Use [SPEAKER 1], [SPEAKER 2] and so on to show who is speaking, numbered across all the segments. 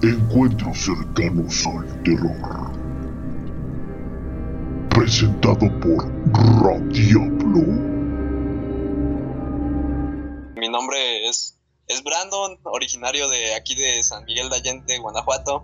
[SPEAKER 1] Encuentros cercanos al terror. Presentado por Radiablo.
[SPEAKER 2] Mi nombre es Brandon, originario de aquí de San Miguel de Allende, Guanajuato.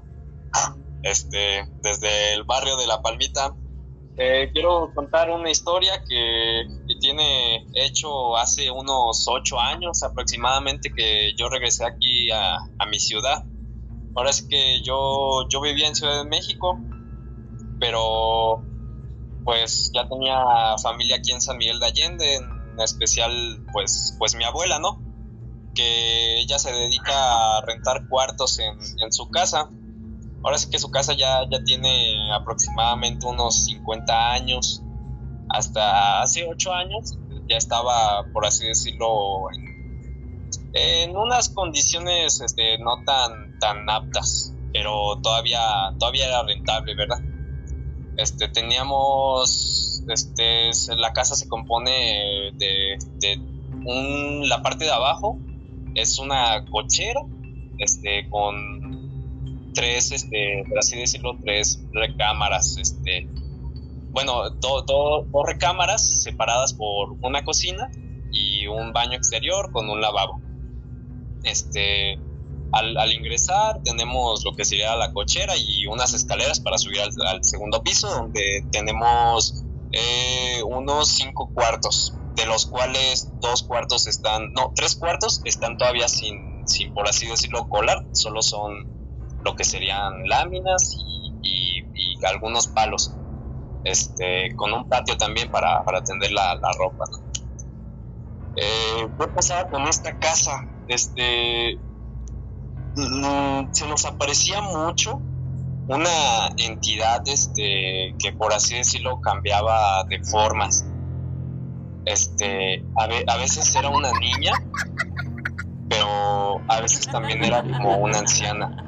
[SPEAKER 2] Desde el barrio de La Palmita. Quiero contar una historia que tiene hecho hace unos 8 años aproximadamente que yo regresé aquí a mi ciudad. Ahora sí que yo vivía en Ciudad de México, pero pues ya tenía familia aquí en San Miguel de Allende, en especial pues mi abuela, ¿no? Que ella se dedica a rentar cuartos en su casa. Ahora sí que su casa ya tiene aproximadamente unos 50 años. Hasta hace 8 años ya estaba, por así decirlo, en unas condiciones no tan aptas, pero todavía era rentable, ¿verdad? Teníamos, la casa se compone la parte de abajo es una cochera, con tres, por así decirlo, tres recámaras, bueno, dos recámaras separadas por una cocina y un baño exterior con un lavabo. Al ingresar tenemos lo que sería la cochera y unas escaleras para subir al segundo piso, donde tenemos unos 5 cuartos, de los cuales 3 cuartos están todavía sin por así decirlo colar, solo son lo que serían láminas y algunos palos, con un patio también para tender la ropa, ¿no? ¿Qué pasaba con esta casa? Se nos aparecía mucho una entidad que por así decirlo cambiaba de formas. A veces era una niña, pero a veces también era como una anciana.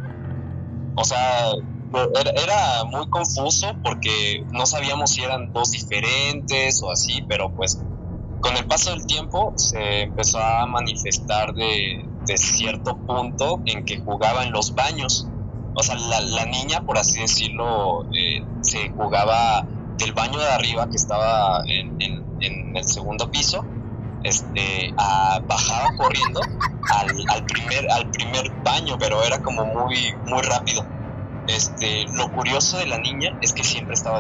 [SPEAKER 2] O sea, era muy confuso porque no sabíamos si eran dos diferentes o así, pero pues con el paso del tiempo se empezó a manifestar de cierto punto en que jugaba en los baños. O sea, la niña, por así decirlo, se jugaba del baño de arriba que estaba en el segundo piso, bajaba corriendo al primer baño, pero era como muy rápido. Lo curioso de la niña es que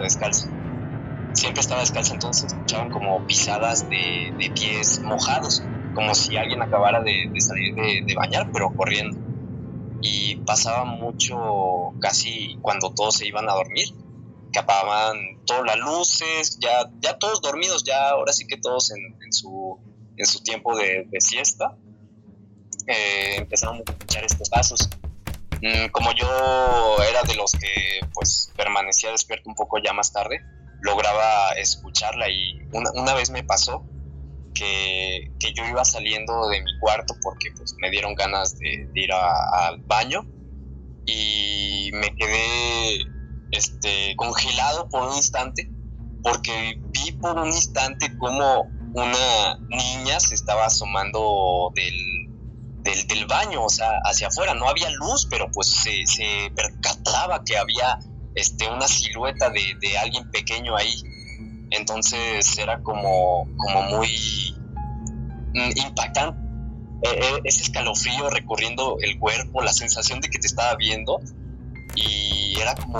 [SPEAKER 2] siempre estaba descalza, entonces escuchaban como pisadas de pies mojados, como si alguien acabara de salir de bañar, pero corriendo. Y pasaba mucho, casi cuando todos se iban a dormir, que apagaban todas las luces, ya todos dormidos, ya ahora sí que todos en su tiempo de siesta, empezaron a escuchar estos pasos. Como yo era de los que pues permanecía despierto un poco ya más tarde, lograba escucharla y una vez me pasó que yo iba saliendo de mi cuarto porque pues me dieron ganas de ir al baño y me quedé congelado por un instante porque vi por un instante como una niña se estaba asomando del baño, o sea, hacia afuera. No había luz, pero pues se percataba que había una silueta de alguien pequeño ahí. Entonces era como muy impactante. Ese escalofrío recorriendo el cuerpo, la sensación de que te estaba viendo, y era como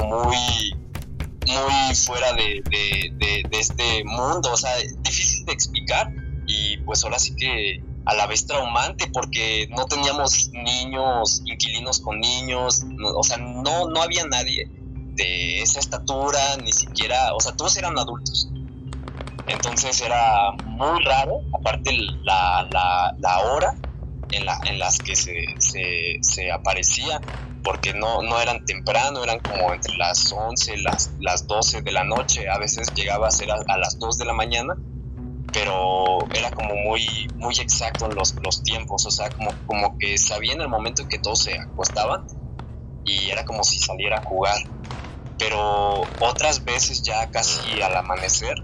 [SPEAKER 2] muy fuera de este mundo, o sea, difícil de explicar y pues ahora sí que a la vez traumante porque no teníamos niños, inquilinos con niños, no, o sea, no había nadie de esa estatura, ni siquiera, o sea, todos eran adultos. Entonces era muy raro, aparte la hora en las que se aparecía, porque no eran temprano, eran como entre las 11, las 12 de la noche, a veces llegaba a ser a las 2 de la mañana, pero era como muy exacto en los tiempos, o sea, como que sabía en el momento en que todos se acostaban y era como si saliera a jugar. Pero otras veces ya casi al amanecer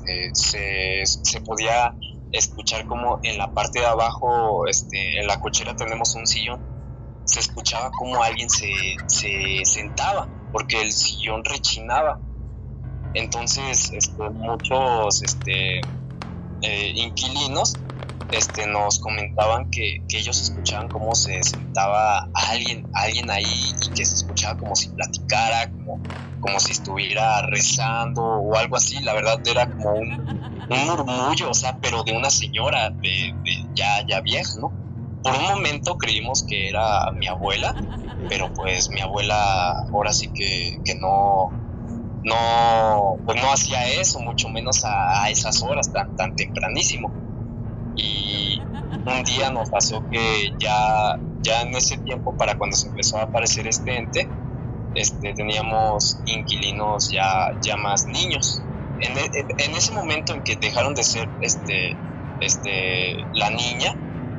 [SPEAKER 2] se podía escuchar como en la parte de abajo, en la cochera tenemos un sillón se escuchaba como alguien se sentaba, porque el sillón rechinaba. Entonces, muchos inquilinos nos comentaban que ellos escuchaban cómo se sentaba alguien ahí, y que se escuchaba como si platicara, como si estuviera rezando o algo así. La verdad era como un murmullo, o sea, pero de una señora ya vieja, ¿no? Por un momento creímos que era mi abuela, pero pues mi abuela ahora sí que pues no hacía eso, mucho menos a esas horas tan tempranísimo. Y un día nos pasó que ya en ese tiempo, para cuando se empezó a aparecer este ente, teníamos inquilinos ya más niños. En ese momento en que dejaron de ser la niña,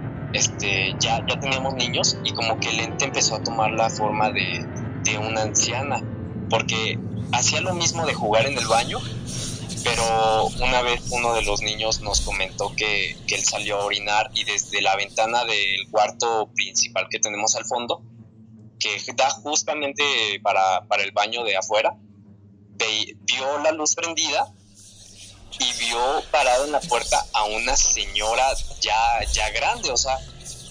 [SPEAKER 2] ya teníamos niños, y como que el ente empezó a tomar la forma de una anciana, porque hacía lo mismo de jugar en el baño, pero una vez uno de los niños nos comentó que él salió a orinar, y desde la ventana del cuarto principal que tenemos al fondo, que da justamente para el baño de afuera, vio la luz prendida y vio parado en la puerta a una señora ya grande, o sea,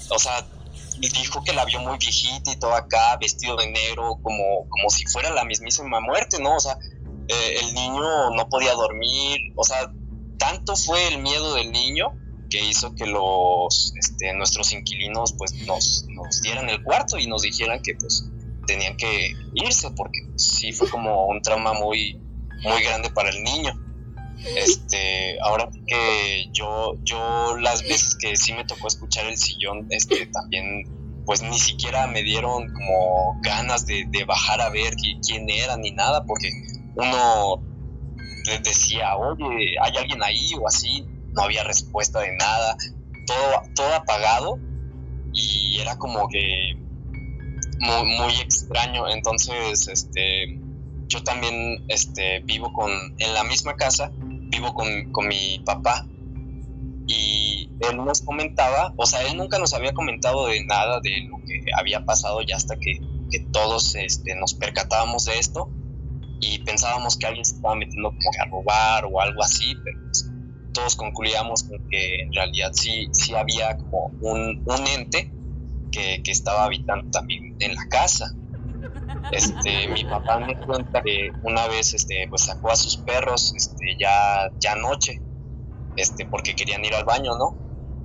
[SPEAKER 2] dijo que la vio muy viejita y todo acá, vestido de negro, como si fuera la mismísima muerte, ¿no? O sea, el niño no podía dormir, o sea, tanto fue el miedo del niño que hizo que nuestros inquilinos pues nos dieran el cuarto y nos dijeran que pues tenían que irse, porque sí fue como un trauma muy, muy grande para el niño. Ahora que yo las veces que sí me tocó escuchar el sillón, también pues ni siquiera me dieron como ganas de bajar a ver quién era ni nada, porque uno decía, oye, ¿hay alguien ahí? O así, no había respuesta de nada, todo apagado, y era como que muy, muy extraño. Entonces, yo también vivo en la misma casa, vivo con mi papá, y él nos comentaba, o sea, él nunca nos había comentado de nada de lo que había pasado, ya hasta que todos nos percatábamos de esto y pensábamos que alguien se estaba metiendo como que a robar o algo así, pero pues, todos concluíamos con que en realidad sí había como un ente que estaba habitando también en la casa. Mi papá me cuenta que una vez pues sacó a sus perros ya anoche, porque querían ir al baño, ¿no?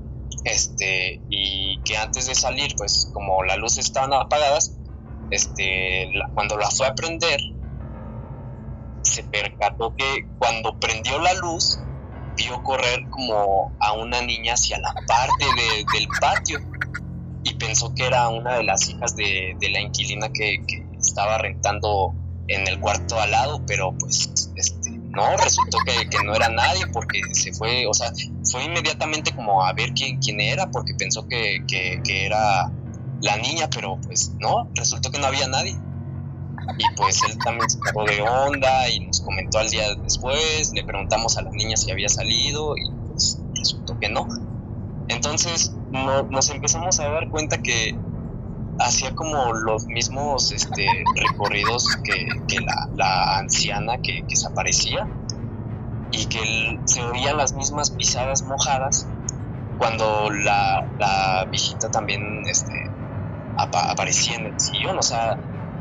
[SPEAKER 2] Y que antes de salir, pues como las luces estaban apagadas, cuando la fue a prender, se percató que cuando prendió la luz, vio correr como a una niña hacia la parte del patio, y pensó que era una de las hijas de la inquilina que estaba rentando en el cuarto al lado, pero pues no, resultó que no era nadie, porque se fue, o sea, fue inmediatamente como a ver quién era, porque pensó que era la niña, pero pues no, resultó que no había nadie. Y pues él también se sacó de onda y nos comentó al día después, le preguntamos a la niña si había salido, y pues resultó que no. Entonces nos empezamos a dar cuenta que hacía como los mismos recorridos que la anciana que se aparecía, y que se oían las mismas pisadas mojadas cuando la viejita también aparecía en el sillón. O sea,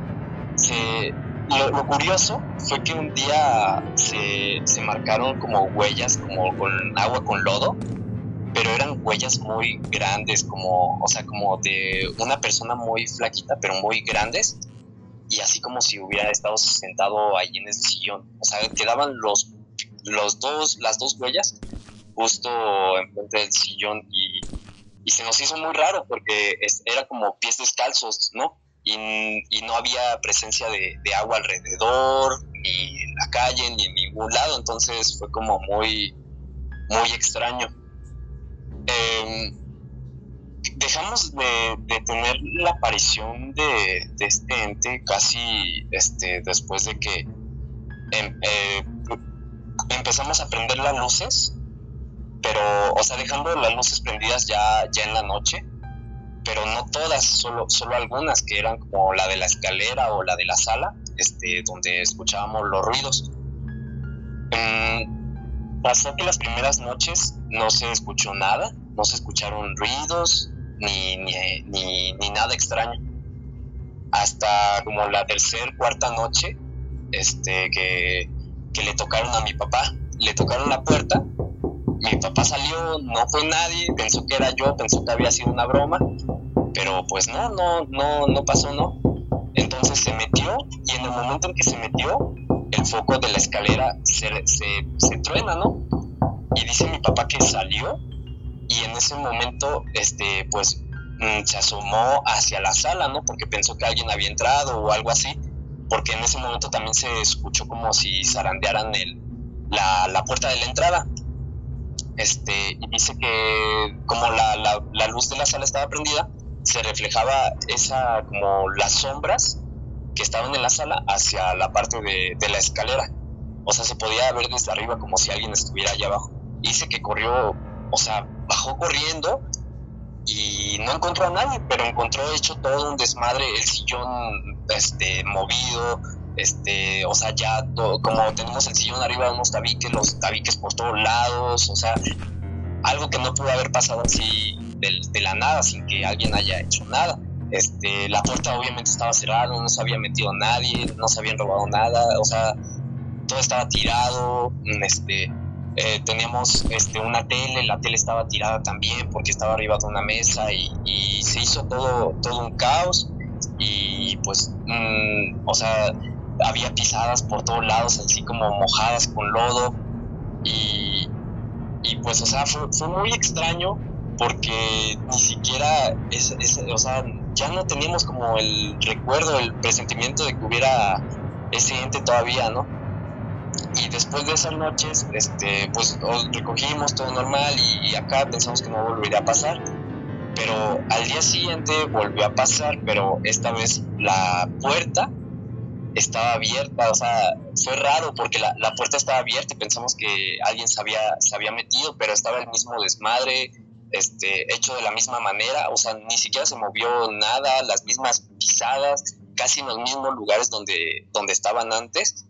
[SPEAKER 2] lo curioso fue que un día se marcaron como huellas, como con agua con lodo, pero eran huellas muy grandes, o sea, como de una persona muy flaquita, pero muy grandes, y así como si hubiera estado sentado ahí en el sillón. O sea, quedaban las dos huellas justo enfrente del sillón, y se nos hizo muy raro porque era como pies descalzos, ¿no? Y no había presencia de agua alrededor, ni en la calle, ni en ningún lado. Entonces fue como muy, muy extraño. Dejamos de tener la aparición de este ente casi después de que empezamos a prender las luces, pero, o sea, dejando las luces prendidas ya en la noche, pero no todas, solo algunas, que eran como la de la escalera o la de la sala, donde escuchábamos los ruidos. Pasó que las primeras noches no se escuchó nada, no se escucharon ruidos ni nada extraño. Hasta como la tercera, cuarta noche, que le tocaron a mi papá. Le tocaron la puerta, mi papá salió, no fue nadie, pensó que era yo, pensó que había sido una broma, pero pues no pasó, ¿no? Entonces se metió, y en el momento en que se metió, el foco de la escalera se truena, ¿no? Y dice mi papá que salió, y en ese momento, pues se asomó hacia la sala, ¿no? Porque pensó que alguien había entrado o algo así, porque en ese momento también se escuchó como si zarandearan la puerta de la entrada. Y dice que como la luz de la sala estaba prendida, se reflejaba como las sombras que estaban en la sala hacia la parte de la escalera. O sea, se podía ver desde arriba como si alguien estuviera allá abajo. Dice que corrió, o sea, bajó corriendo y no encontró a nadie, pero encontró hecho todo un desmadre, el sillón movido, o sea, ya como tenemos el sillón arriba de unos tabiques, los tabiques por todos lados, o sea, algo que no pudo haber pasado así de la nada, sin que alguien haya hecho nada. La puerta obviamente estaba cerrada, no se había metido nadie, no se habían robado nada, o sea, todo estaba tirado. Teníamos una tele, la tele estaba tirada también porque estaba arriba de una mesa, y se hizo todo un caos, y pues o sea, había pisadas por todos lados, así como mojadas con lodo, y pues, o sea, fue muy extraño, porque ni siquiera o sea, ya no teníamos como el recuerdo, el presentimiento de que hubiera ese ente todavía, ¿no? Y después de esas noches, pues recogimos todo normal, y acá pensamos que no volvería a pasar, pero al día siguiente volvió a pasar, pero esta vez la puerta estaba abierta. O sea, fue raro porque la puerta estaba abierta y pensamos que alguien se había metido, pero estaba el mismo desmadre, hecho de la misma manera, o sea, ni siquiera se movió nada, las mismas pisadas, casi en los mismos lugares donde estaban antes,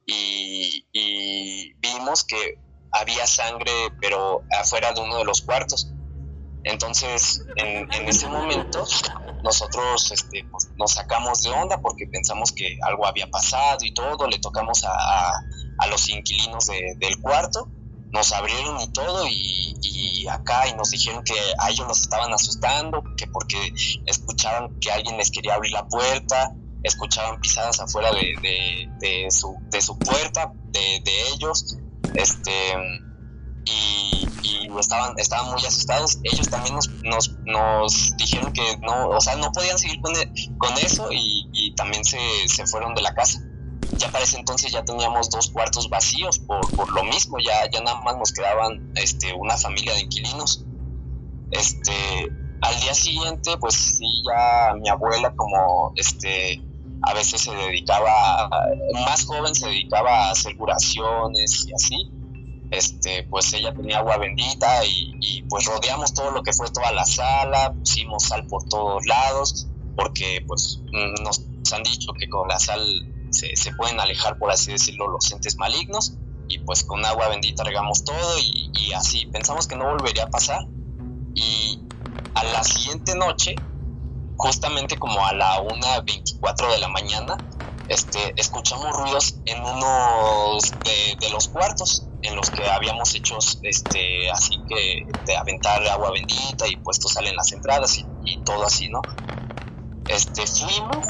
[SPEAKER 2] y vimos que había sangre, pero afuera de uno de los cuartos. Entonces, en ese momento, nosotros pues, nos sacamos de onda porque pensamos que algo había pasado y todo. Le tocamos a los inquilinos del cuarto, nos abrieron y todo, y nos dijeron que a ellos los estaban asustando, que porque escuchaban que alguien les quería abrir la puerta, escuchaban pisadas afuera de su puerta, de ellos, y estaban muy asustados. Ellos también nos dijeron que no, o sea, no podían seguir con eso, y también se fueron de la casa. Ya para ese entonces ya teníamos 2 cuartos vacíos por lo mismo, ya nada más nos quedaban una familia de inquilinos. Al día siguiente, pues sí, ya mi abuela, como a veces se dedicaba, más joven, se dedicaba a hacer curaciones y así. Pues ella tenía agua bendita, y pues rodeamos todo lo que fue toda la sala, pusimos sal por todos lados, porque pues nos han dicho que con la sal se pueden alejar, por así decirlo, los entes malignos, y pues con agua bendita regamos todo, y así pensamos que no volvería a pasar. Y a la siguiente noche, justamente como a la 1:24 de la mañana, escuchamos ruidos en uno de los cuartos en los que habíamos hecho así que de aventar agua bendita y puesto sal en las entradas, y todo así, ¿no? Fuimos,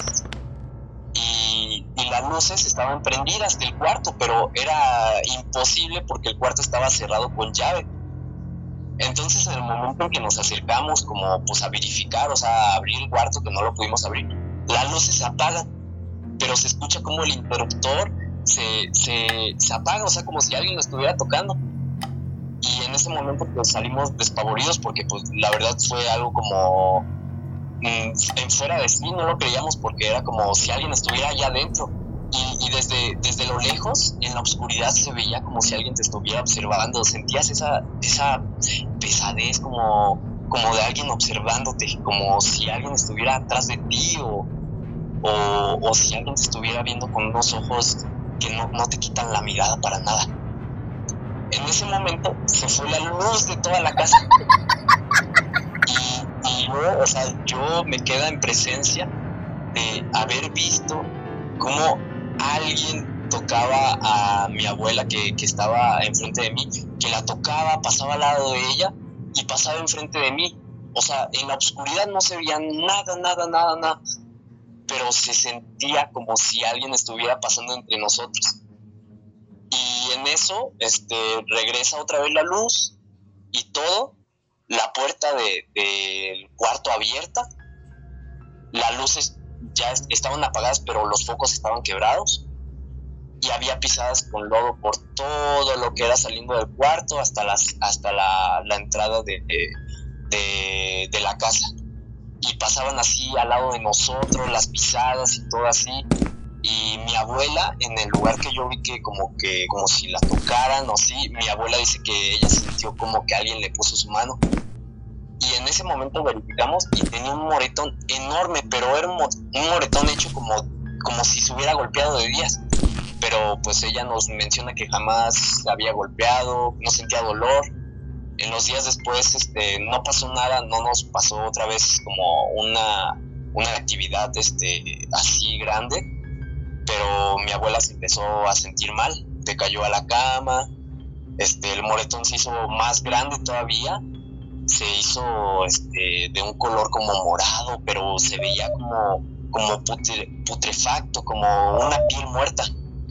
[SPEAKER 2] y las luces estaban prendidas del cuarto, pero era imposible porque el cuarto estaba cerrado con llave. Entonces, en el momento en que nos acercamos como pues a verificar, o sea, a abrir el cuarto, que no lo pudimos abrir, las luces se apagan, pero se escucha como el interruptor se apaga, o sea, como si alguien lo estuviera tocando. Y en ese momento pues salimos despavoridos, porque pues la verdad fue algo como en fuera de sí, no lo creíamos, porque era como si alguien estuviera allá adentro. Y desde lo lejos, en la oscuridad, se veía como si alguien te estuviera observando. Sentías esa pesadez, como como de alguien observándote, como si alguien estuviera atrás de ti o si alguien te estuviera viendo con unos ojos que no te quitan la mirada para nada. En ese momento se fue la luz de toda la casa y yo, o sea, yo me quedo en presencia de haber visto cómo alguien tocaba a mi abuela que estaba enfrente de mí, que la tocaba, pasaba al lado de ella y pasaba enfrente de mí. O sea, en la oscuridad no se veía nada, pero se sentía como si alguien estuviera pasando entre nosotros. Y en eso regresa otra vez la luz y todo, la puerta del cuarto abierta, las luces ya estaban apagadas, pero los focos estaban quebrados y había pisadas con lodo por todo lo que era saliendo del cuarto hasta la entrada de la casa. Y pasaban así al lado de nosotros, las pisadas y todo así. Y mi abuela, en el lugar que yo vi que como si la tocaran o así, mi abuela dice que ella sintió como que alguien le puso su mano. Y en ese momento verificamos y tenía un moretón enorme, pero era un moretón hecho como si se hubiera golpeado de días. Pero pues ella nos menciona que jamás se había golpeado, no sentía dolor. En los días después no pasó nada, no nos pasó otra vez como una actividad así grande, pero mi abuela se empezó a sentir mal, se cayó a la cama, el moretón se hizo más grande todavía, se hizo de un color como morado, pero se veía como putrefacto, como una piel muerta.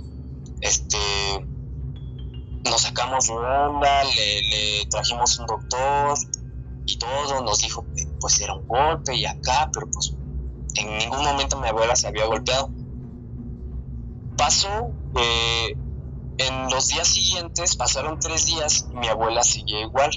[SPEAKER 2] Nos sacamos de onda, le trajimos un doctor y todo, nos dijo que pues era un golpe y acá, pero pues en ningún momento mi abuela se había golpeado. Pasó que en los días siguientes, pasaron 3 días y mi abuela siguió igual.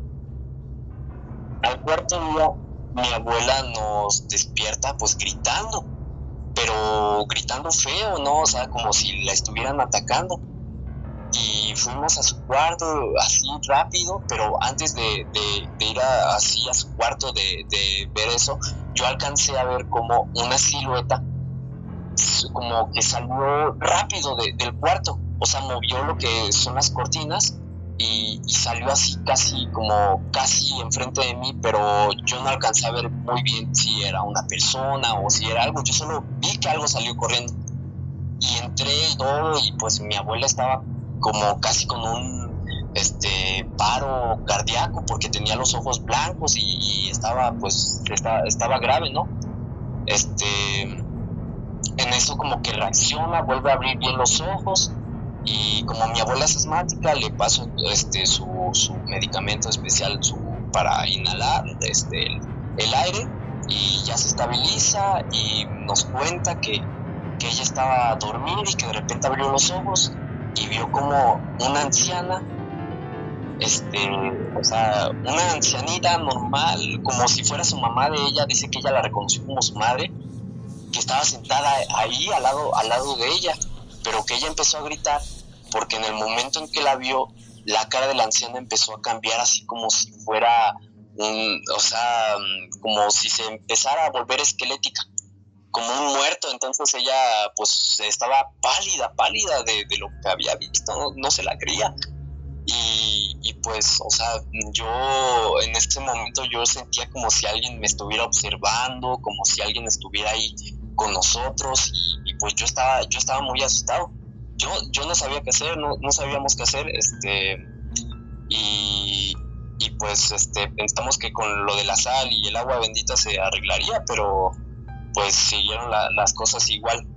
[SPEAKER 2] Al cuarto día mi abuela nos despierta pues gritando, pero gritando feo, ¿no? O sea, como si la estuvieran atacando. Y fuimos a su cuarto así rápido, pero antes de ir así a su cuarto de ver eso, yo alcancé a ver como una silueta como que salió rápido del cuarto, o sea, movió lo que son las cortinas y salió así casi enfrente de mí, pero yo no alcancé a ver muy bien si era una persona o si era algo, yo solo vi que algo salió corriendo y entré y todo, y pues mi abuela estaba como casi con un paro cardíaco porque tenía los ojos blancos y estaba grave, ¿no? En eso como que reacciona, vuelve a abrir bien los ojos y como mi abuela es asmática le paso su medicamento especial para inhalar el aire y ya se estabiliza y nos cuenta que ella estaba dormida y que de repente abrió los ojos y vio como una anciana, o sea, una ancianita normal, como si fuera su mamá de ella, dice que ella la reconoció como su madre, que estaba sentada ahí al lado de ella, pero que ella empezó a gritar porque en el momento en que la vio, la cara de la anciana empezó a cambiar así como si fuera como si se empezara a volver esquelética, como un muerto. Entonces ella pues estaba pálida de lo que había visto, no se la creía. Y pues, o sea, yo en ese momento yo sentía como si alguien me estuviera observando, como si alguien estuviera ahí con nosotros y pues yo estaba muy asustado. Yo no sabía qué hacer, no sabíamos qué hacer, y pues pensamos que con lo de la sal y el agua bendita se arreglaría, pero pues siguieron las cosas igual.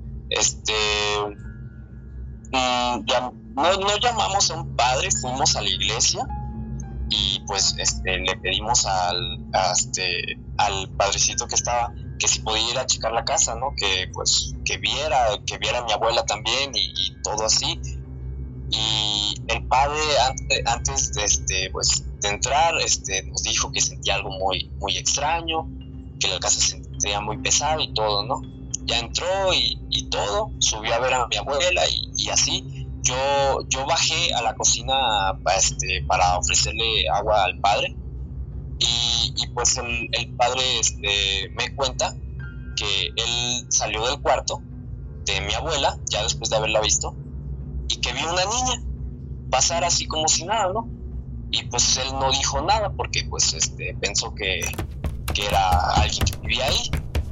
[SPEAKER 2] Ya no llamamos a un padre, fuimos a la iglesia y pues le pedimos al padrecito que estaba que si podía ir a checar la casa, ¿no? Que pues que viera a mi abuela también y todo así. Y el padre antes de entrar nos dijo que sentía algo muy extraño, que la casa se sentía muy pesada y todo, ¿no? Ya entró y todo, subió a ver a mi abuela y así. Yo bajé a la cocina para ofrecerle agua al padre Y pues el padre me cuenta que él salió del cuarto de mi abuela, ya después de haberla visto, y que vio una niña pasar así como si nada, ¿no? Y pues él no dijo nada porque pues pensó que era alguien que vivía ahí.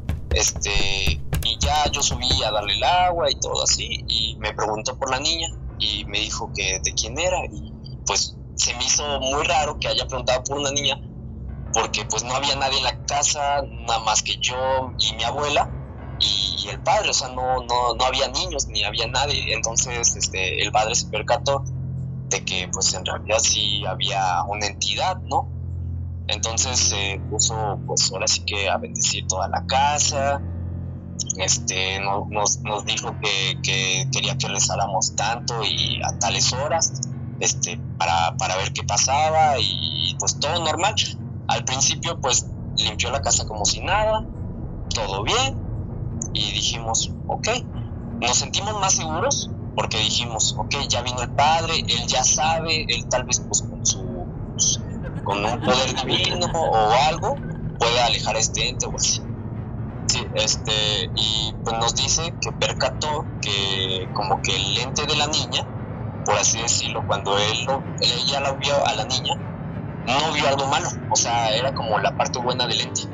[SPEAKER 2] Y ya yo subí a darle el agua y todo así, y me preguntó por la niña y me dijo que de quién era, y pues se me hizo muy raro que haya preguntado por una niña porque pues no había nadie en la casa, nada más que yo y mi abuela y el padre, o sea, no había niños ni había nadie. Entonces el padre se percató de que pues en realidad sí había una entidad, ¿no? Entonces se puso pues ahora sí que a bendecir toda la casa. Nos dijo que quería que rezáramos tanto y a tales horas, para ver qué pasaba, y pues todo normal. Al principio pues limpió la casa como si nada, todo bien, y dijimos, ok, nos sentimos más seguros porque dijimos, ok, ya vino el padre, él ya sabe, él tal vez pues con un poder divino o algo puede alejar a este ente o así. Sí, y pues nos dice que percató que como que el ente de la niña, por así decirlo, cuando ella la vio a la niña, no vio algo malo, o sea, era como la parte buena del ente.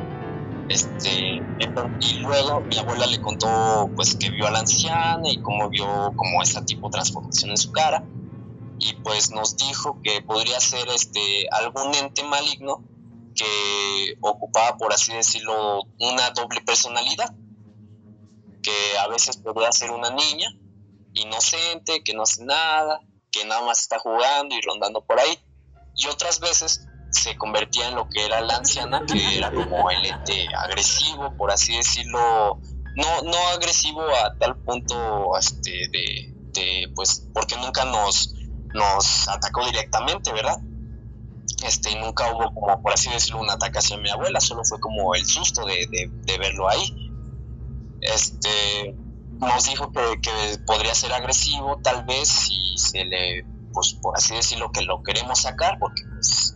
[SPEAKER 2] Y luego mi abuela le contó pues que vio a la anciana y cómo vio como esa tipo de transformación en su cara, y pues nos dijo que podría ser algún ente maligno que ocupaba, por así decirlo, una doble personalidad, que a veces podría ser una niña inocente, que no hace nada, que nada más está jugando y rondando por ahí, y otras veces se convertía en lo que era la anciana, que era como el ente agresivo, por así decirlo, no agresivo a tal punto pues porque nunca nos atacó directamente, ¿verdad? Nunca hubo como, por así decirlo, un ataque hacia mi abuela, solo fue como el susto de verlo ahí. Nos dijo que podría ser agresivo tal vez si se le, pues por así decirlo, que lo queremos sacar, porque pues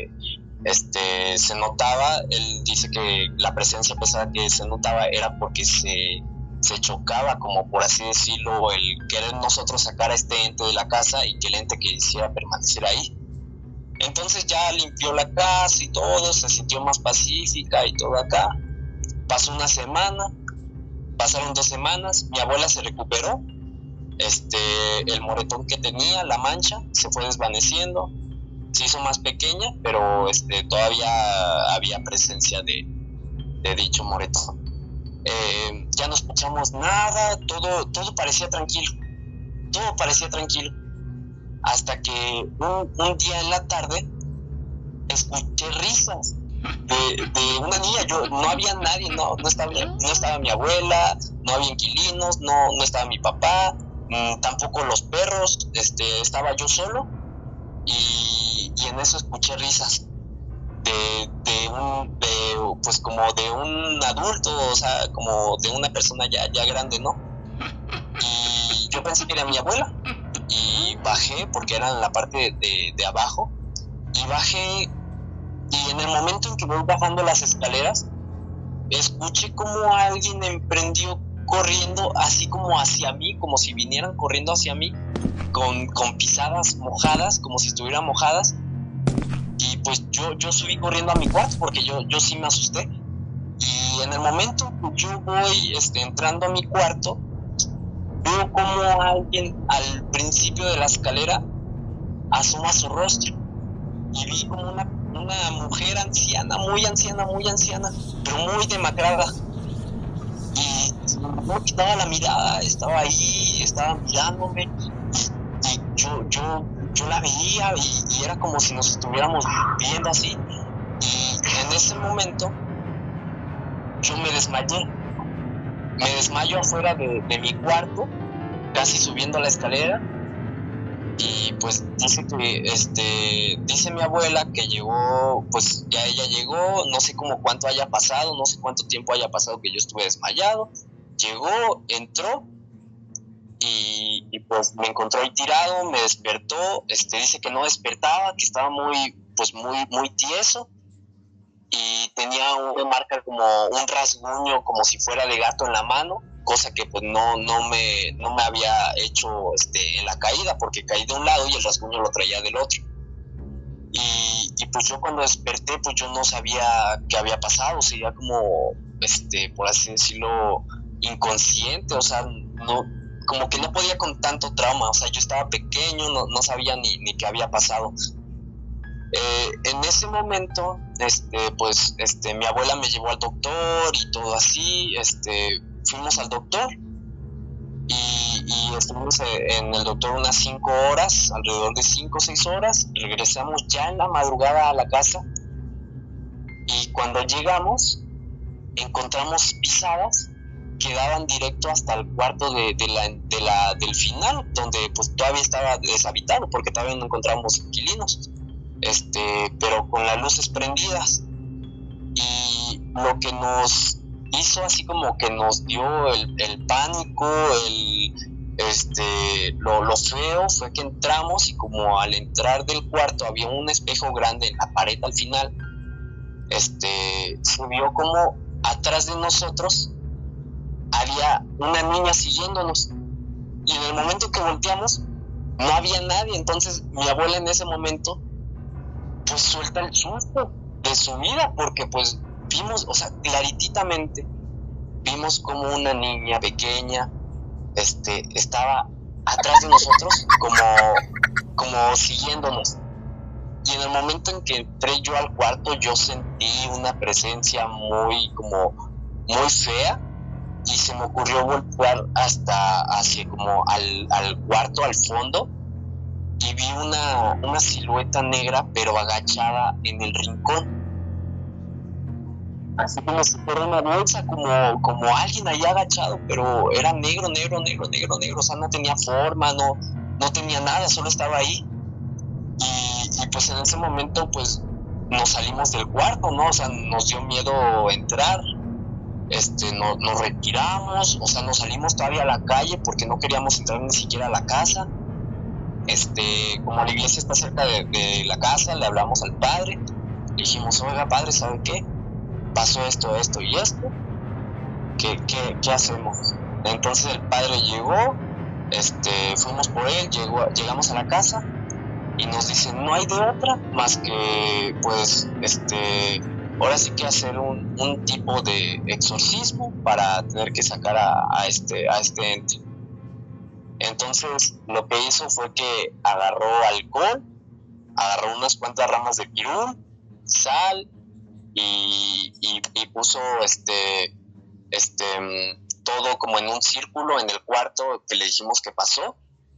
[SPEAKER 2] se notaba. Él dice que la presencia pesada que se notaba era porque se chocaba, como por así decirlo, el querer nosotros sacar a este ente de la casa y que el ente quisiera permanecer ahí. Entonces ya limpió la casa y todo, se sintió más pacífica y todo acá. Pasó una semana, pasaron 2 semanas, mi abuela se recuperó, el moretón que tenía, la mancha, se fue desvaneciendo, se hizo más pequeña, pero todavía había presencia de dicho moretón. Ya no escuchamos nada, todo parecía tranquilo, hasta que un día en la tarde escuché risas de una niña. No había nadie, no estaba mi abuela, no había inquilinos, no estaba mi papá, tampoco los perros, estaba yo solo, y en eso escuché risas pues como de un adulto, o sea, como de una persona ya grande, ¿no? Y yo pensé que era mi abuela, y bajé porque era en la parte de abajo, y bajé. Y en el momento en que voy bajando las escaleras, escuché como alguien emprendió corriendo así como hacia mí, como si vinieran corriendo hacia mí, con pisadas mojadas, como si estuvieran mojadas. Y pues yo subí corriendo a mi cuarto porque yo sí me asusté. Y en el momento que yo voy entrando a mi cuarto, veo como alguien al principio de la escalera asoma su rostro, y vi como una mujer anciana, muy anciana, pero muy demacrada. Y no quitaba la mirada, estaba ahí, estaba mirándome, y yo la veía, y era como si nos estuviéramos viendo así. Y en ese momento yo me desmayo afuera de mi cuarto, casi subiendo la escalera. Y pues dice mi abuela que llegó, pues ya ella llegó, no sé cómo cuánto haya pasado, no sé cuánto tiempo haya pasado que yo estuve desmayado. Llegó, entró, y pues me encontró ahí tirado, me despertó, dice que no despertaba, que estaba muy tieso, y tenía una marca como un rasguño como si fuera de gato en la mano, cosa que pues no me había hecho en la caída, porque caí de un lado y el rasguño lo traía del otro. Y pues yo cuando desperté, pues yo no sabía qué había pasado, sería como, por así decirlo, inconsciente, o sea, no, como que no podía con tanto trauma, o sea, yo estaba pequeño, no sabía ni qué había pasado. En ese momento, pues, mi abuela me llevó al doctor y todo así, fuimos al doctor y estuvimos en el doctor unas 5 horas, alrededor de 5 o 6 horas, regresamos ya en la madrugada a la casa y cuando llegamos encontramos pisadas que daban directo hasta el cuarto del final, donde pues todavía estaba deshabitado porque todavía no encontramos inquilinos, pero con las luces prendidas. Y lo que nos hizo así como que nos dio el pánico, lo feo fue que entramos y como al entrar del cuarto había un espejo grande en la pared al final, se vio como atrás de nosotros había una niña siguiéndonos y en el momento que volteamos no había nadie. Entonces mi abuela en ese momento pues suelta el susto de su vida, porque pues vimos, o sea, clarititamente vimos como una niña pequeña estaba atrás de nosotros como siguiéndonos. Y en el momento en que entré yo al cuarto, yo sentí una presencia muy fea y se me ocurrió voltear hacia como al cuarto, al fondo, y vi una silueta negra pero agachada en el rincón, así como si fuera una bolsa, como alguien ahí agachado, pero era negro, o sea, no tenía forma, no tenía nada, solo estaba ahí. Y pues en ese momento pues nos salimos del cuarto, ¿no? O sea, nos dio miedo entrar, nos retiramos, o sea, nos salimos todavía a la calle porque no queríamos entrar ni siquiera a la casa. Como la iglesia está cerca de la casa, le hablamos al padre, le dijimos, oiga padre, ¿sabe qué? Pasó esto y esto, ¿qué hacemos? Entonces el padre llegó, fuimos por él, llegamos a la casa y nos dicen, no hay de otra más que pues ahora sí que hacer un tipo de exorcismo para tener que sacar a este ente. Entonces lo que hizo fue que agarró alcohol, agarró unas cuantas ramas de pirul, sal y puso todo como en un círculo en el cuarto que le dijimos que pasó.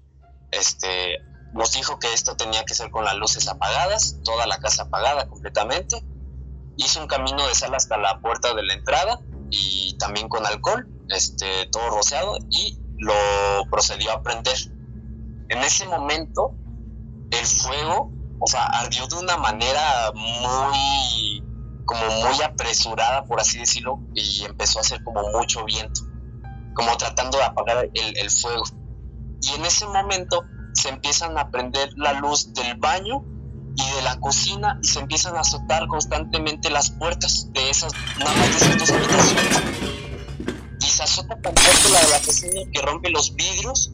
[SPEAKER 2] Nos dijo que esto tenía que ser con las luces apagadas, toda la casa apagada completamente. Hizo un camino de sal hasta la puerta de la entrada y también con alcohol, todo rociado, y lo procedió a prender. En ese momento el fuego, o sea, ardió de una manera muy apresurada, por así decirlo, y empezó a hacer como mucho viento, como tratando de apagar el fuego. Y en ese momento se empiezan a prender la luz del baño y de la cocina y se empiezan a azotar constantemente las puertas de esas, nada más de esas dos habitaciones. Y se azota tan fuerte la de la cocina que rompe los vidrios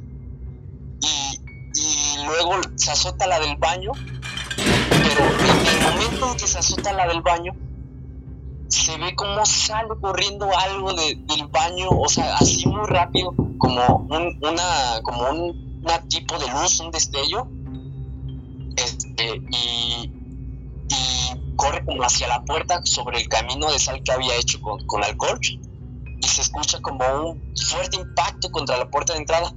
[SPEAKER 2] y luego se azota la del baño, pero en el momento en que se azota la del baño se ve como sale corriendo algo del baño, o sea, así muy rápido, como una tipo de luz, un destello, y corre como hacia la puerta sobre el camino de sal que había hecho con alcohol, y se escucha como un fuerte impacto contra la puerta de entrada,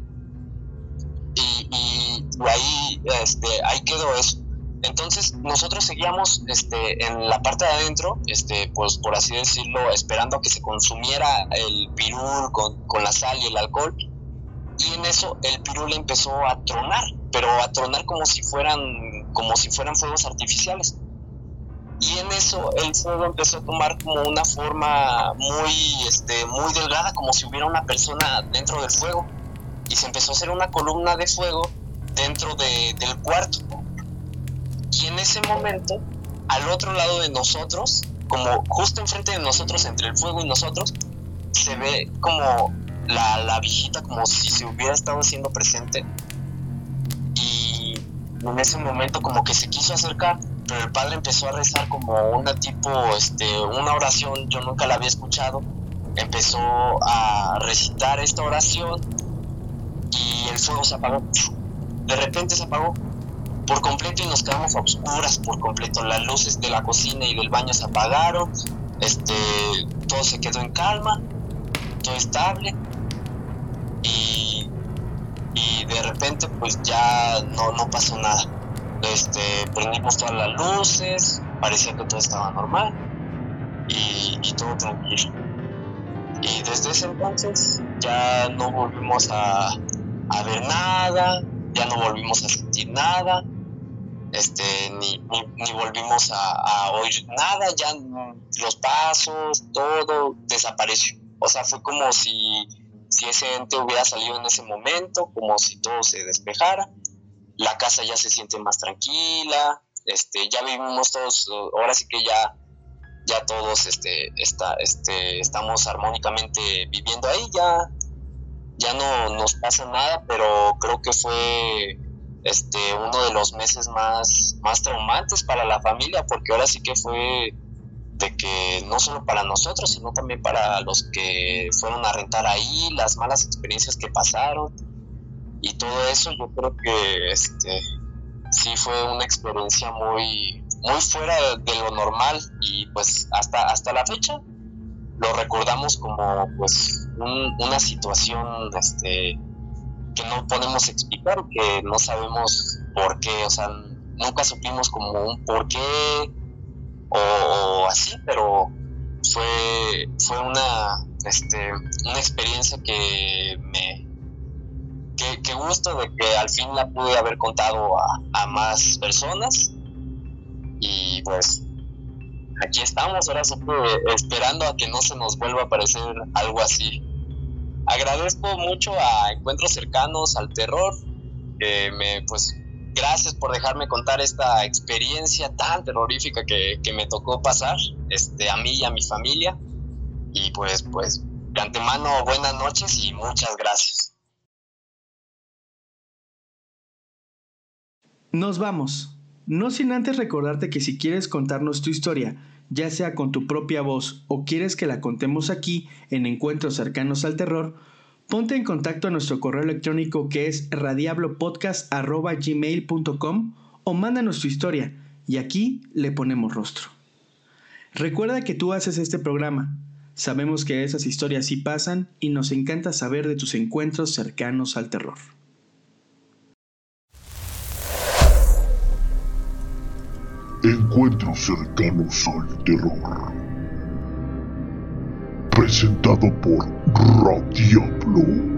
[SPEAKER 2] y ahí quedó eso. Entonces nosotros seguíamos en la parte de adentro, pues por así decirlo, esperando a que se consumiera el pirul con la sal y el alcohol, y en eso el pirul empezó a tronar, pero a tronar como si fueran fuegos artificiales. Y en eso el fuego empezó a tomar como una forma muy delgada, como si hubiera una persona dentro del fuego, y se empezó a hacer una columna de fuego dentro del cuarto. Y en ese momento, al otro lado de nosotros, como justo enfrente de nosotros, entre el fuego y nosotros, se ve como la viejita, como si se hubiera estado haciendo presente. Y en ese momento como que se quiso acercar, pero el padre empezó a rezar como una tipo, una oración, yo nunca la había escuchado. Empezó a recitar esta oración y el fuego se apagó. De repente se apagó por completo y nos quedamos a oscuras por completo. Las luces de la cocina y del baño se apagaron, todo se quedó en calma, todo estable, y de repente pues ya no pasó nada. Prendimos todas las luces, parecía que todo estaba normal y todo tranquilo. Y desde ese entonces ya no volvimos a ver nada, ya no volvimos a sentir nada, ni volvimos a oír nada, ya los pasos, todo desapareció. O sea, fue como si ese ente hubiera salido en ese momento, como si todo se despejara. La casa ya se siente más tranquila, ya vivimos todos, ahora sí que ya todos estamos armónicamente viviendo ahí, ya no nos pasa nada, pero creo que fue uno de los meses más traumantes para la familia, porque ahora sí que fue de que no solo para nosotros, sino también para los que fueron a rentar ahí, las malas experiencias que pasaron y todo eso. Yo creo que sí fue una experiencia muy fuera de lo normal, y pues hasta la fecha lo recordamos como pues una situación que no podemos explicar, que no sabemos por qué, o sea, nunca supimos como un por qué o así, pero fue una experiencia que gusto de que al fin la pude haber contado a más personas, y pues aquí estamos, ahora sí que esperando a que no se nos vuelva a aparecer algo así. Agradezco mucho a Encuentros Cercanos al Terror, pues gracias por dejarme contar esta experiencia tan terrorífica que me tocó pasar, a mí y a mi familia, y pues de antemano buenas noches y muchas gracias.
[SPEAKER 3] Nos vamos, no sin antes recordarte que si quieres contarnos tu historia, ya sea con tu propia voz o quieres que la contemos aquí en Encuentros Cercanos al Terror, ponte en contacto a nuestro correo electrónico, que es radiablopodcast@gmail.com, o mándanos tu historia y aquí le ponemos rostro. Recuerda que tú haces este programa. Sabemos que esas historias sí pasan y nos encanta saber de tus encuentros cercanos al terror.
[SPEAKER 1] Encuentros cercanos al terror. Presentado por Radiablo.